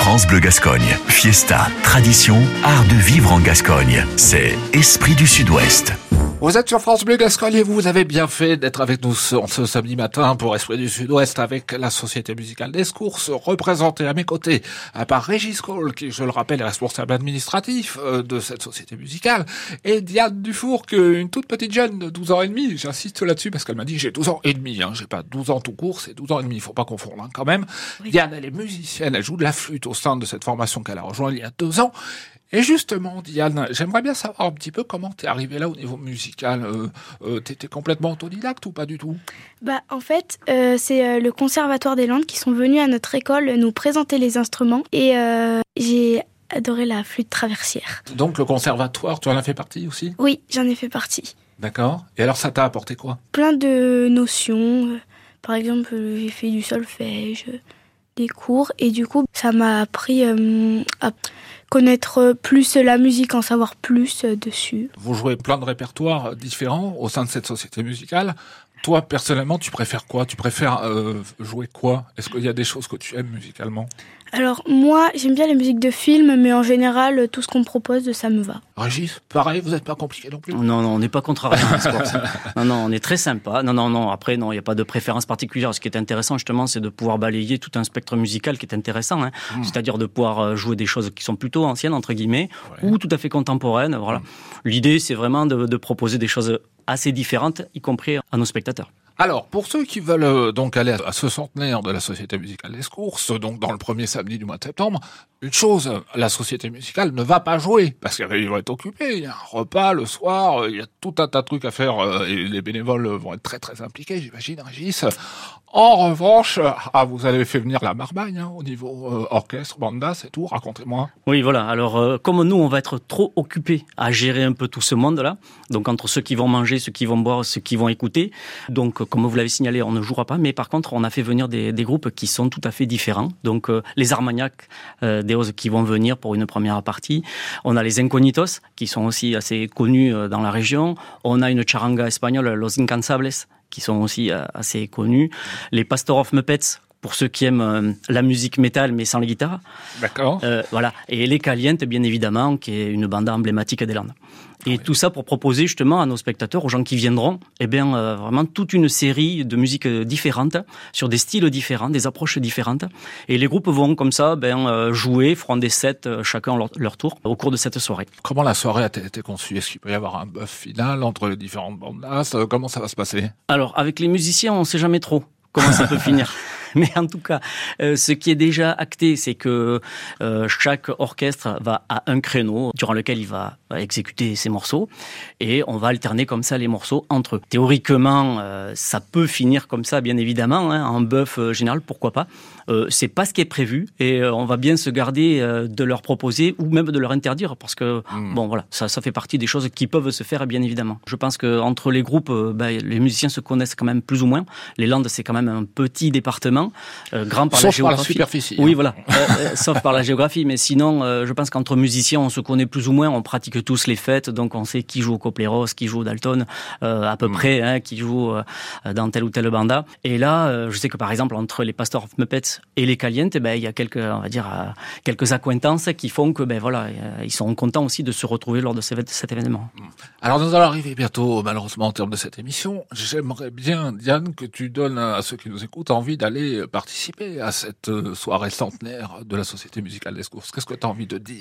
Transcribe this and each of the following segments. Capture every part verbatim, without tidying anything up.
France Bleu Gascogne. Fiesta, tradition, art de vivre en Gascogne. C'est Esprit du Sud-Ouest. Vous êtes sur France Bleu Gascogne et vous avez bien fait d'être avec nous ce, ce samedi matin pour Esprit du Sud-Ouest avec la Société Musicale d'Escours, représentée à mes côtés par Régis Cole, qui, je le rappelle, est responsable administratif de cette société musicale, et Diane Dufour, une toute petite jeune de douze ans et demi. J'insiste là-dessus parce qu'elle m'a dit j'ai douze ans et demi, hein, j'ai pas douze ans tout court, c'est douze ans et demi, il faut pas confondre hein, quand même. Oui. Diane, elle est musicienne, elle joue de la flûte au sein de cette formation qu'elle a rejoint il y a deux ans. Et justement, Diane, j'aimerais bien savoir un petit peu comment t'es arrivée là au niveau musical. Euh, euh, t'étais complètement autodidacte ou pas du tout ? Bah, en fait, euh, c'est euh, le Conservatoire des Landes qui sont venus à notre école nous présenter les instruments. Et euh, j'ai adoré la flûte traversière. Donc le conservatoire, tu en as fait partie aussi ? Oui, j'en ai fait partie. D'accord. Et alors ça t'a apporté quoi ? Plein de notions. Par exemple, j'ai fait du solfège, des cours. Et du coup, ça m'a appris euh, à connaître plus la musique, en savoir plus dessus. Vous jouez plein de répertoires différents au sein de cette société musicale. Toi, personnellement, tu préfères quoi ? Tu préfères euh, jouer quoi ? Est-ce qu'il y a des choses que tu aimes musicalement ? Alors, moi, j'aime bien les musiques de films, mais en général, tout ce qu'on me propose, ça me va. Régis, pareil, vous n'êtes pas compliqué non plus ? Non, non, on n'est pas contrarié à sport. Non, non, on est très sympa. Non, non, non, après, non, il n'y a pas de préférence particulière. Ce qui est intéressant, justement, c'est de pouvoir balayer tout un spectre musical qui est intéressant. Hein. Mmh. C'est-à-dire de pouvoir jouer des choses qui sont plutôt anciennes, entre guillemets, ouais. ou tout à fait contemporaines. Voilà. Mmh. L'idée, c'est vraiment de, de proposer des choses assez différentes, y compris à nos spectateurs. Alors, pour ceux qui veulent euh, donc aller à ce centenaire de la Société Musicale d'Escours, donc dans le premier samedi du mois de septembre, une chose, la Société Musicale ne va pas jouer, parce qu'elle va être occupée, il y a un repas le soir, il y a tout un tas de trucs à faire, euh, et les bénévoles vont être très très impliqués, j'imagine, Régis. En revanche, ah, vous avez fait venir la marmagne hein, au niveau euh, orchestre, banda, c'est tout, racontez-moi. Oui, voilà, alors euh, comme nous, on va être trop occupés à gérer un peu tout ce monde-là, donc entre ceux qui vont manger, ceux qui vont boire, ceux qui vont écouter, donc comme vous l'avez signalé, on ne jouera pas, mais par contre, on a fait venir des, des groupes qui sont tout à fait différents, donc euh, les Armagnacs euh, des Ozes qui vont venir pour une première partie, on a les Incognitos, qui sont aussi assez connus euh, dans la région, on a une charanga espagnole, Los Incansables, qui sont aussi euh, assez connus. Les Pastor of Muppets, pour ceux qui aiment euh, la musique métal, mais sans les guitares. D'accord. Euh, voilà. Et les Calientes, bien évidemment, qui est une bande emblématique des Landes. Et oui. tout ça pour proposer justement à nos spectateurs, aux gens qui viendront, eh bien, euh, vraiment toute une série de musiques différentes, sur des styles différents, des approches différentes. Et les groupes vont comme ça ben, euh, jouer, feront des sets, euh, chacun leur, leur tour, au cours de cette soirée. Comment la soirée a été conçue ? Est-ce qu'il peut y avoir un bœuf final entre les différentes bandas ? Comment ça va se passer ? Alors, avec les musiciens, on ne sait jamais trop comment ça peut finir. Mais en tout cas, euh, ce qui est déjà acté, c'est que euh, chaque orchestre va à un créneau durant lequel il va exécuter ses morceaux et on va alterner comme ça les morceaux entre eux. Théoriquement, euh, ça peut finir comme ça, bien évidemment, hein, en bœuf euh, général, pourquoi pas. Euh, c'est pas ce qui est prévu et euh, on va bien se garder euh, de leur proposer ou même de leur interdire parce que mmh. bon voilà, ça, ça fait partie des choses qui peuvent se faire, bien évidemment. Je pense que entre les groupes, euh, ben, les musiciens se connaissent quand même plus ou moins. Les Landes, c'est quand même un petit département. Euh, grand par sauf la géographie. Par la superficie. Oui, hein. voilà. Euh, euh, sauf par la géographie. Mais sinon, euh, je pense qu'entre musiciens, on se connaît plus ou moins. On pratique tous les fêtes. Donc, on sait qui joue au Copleros, qui joue au Dalton, euh, à peu mmh. près, hein, qui joue euh, dans telle ou telle banda. Et là, euh, je sais que par exemple, entre les Pastor of Muppets et les Calientes, ben, il y a quelques, on va dire, euh, quelques accointances qui font que, ben voilà, euh, ils sont contents aussi de se retrouver lors de cet événement. Alors, nous allons arriver bientôt, malheureusement, au terme de cette émission. J'aimerais bien, Diane, que tu donnes à ceux qui nous écoutent envie d'aller participer à cette soirée centenaire de la Société Musicale d'Escours. Qu'est-ce que tu as envie de dire ?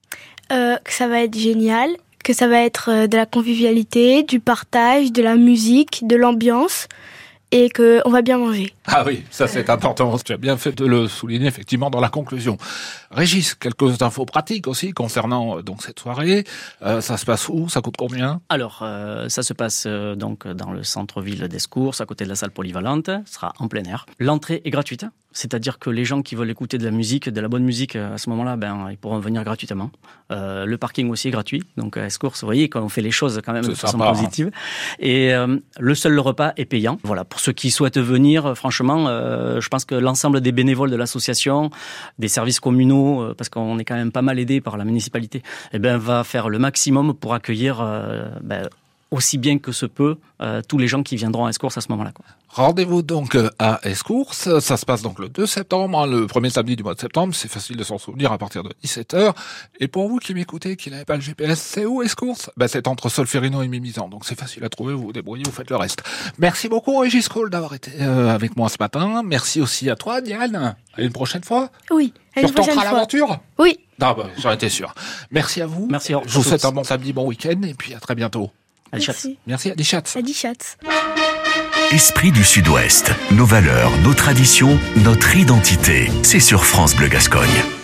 euh, Que ça va être génial, que ça va être de la convivialité, du partage, de la musique, de l'ambiance et qu'on va bien manger. Ah oui, ça c'est important. Tu as bien fait de le souligner effectivement dans la conclusion. Régis, quelques infos pratiques aussi concernant euh, donc cette soirée. Euh, ça se passe où ? Ça coûte combien ? Alors, euh, ça se passe euh, donc dans le centre-ville d'Escours, à côté de la salle polyvalente. Ce sera en plein air. L'entrée est gratuite. C'est-à-dire que les gens qui veulent écouter de la musique, de la bonne musique, à ce moment-là, ben, ils pourront venir gratuitement. Euh, le parking aussi est gratuit. Donc, à Escours, vous voyez, quand on fait les choses quand même de façon positive. Hein. Et euh, le seul repas est payant. Voilà. Pour ceux qui souhaitent venir, franchement, euh, je pense que l'ensemble des bénévoles de l'association, des services communaux, euh, parce qu'on est quand même pas mal aidé par la municipalité, eh ben, va faire le maximum pour accueillir, euh, ben, aussi bien que se peut euh, tous les gens qui viendront à Escourse à ce moment-là, quoi. Rendez-vous donc à Escourse, ça se passe donc le deux septembre, hein, le premier samedi du mois de septembre, c'est facile de s'en souvenir à partir de dix-sept heures. Et pour vous qui m'écoutez, qui n'avez pas le G P S, c'est où Escourse? Ben, c'est entre Solferino et Mimizan, donc c'est facile à trouver, vous vous débrouillez, vous faites le reste. Merci beaucoup Régis Cole d'avoir été euh, avec moi ce matin, merci aussi à toi Diane, à une prochaine fois. Oui, à Tu une prochaine retenteras fois. l'aventure? Oui. Ah ben, j'en étais sûr. Merci à vous. Merci, au revoir. Je vous souhaite un bon samedi, bon week-end, et puis à très bientôt. Allez, chat. Merci. Merci à Dichatz. À Dichatz. Esprit du Sud-Ouest. Nos valeurs, nos traditions, notre identité. C'est sur France Bleu Gascogne.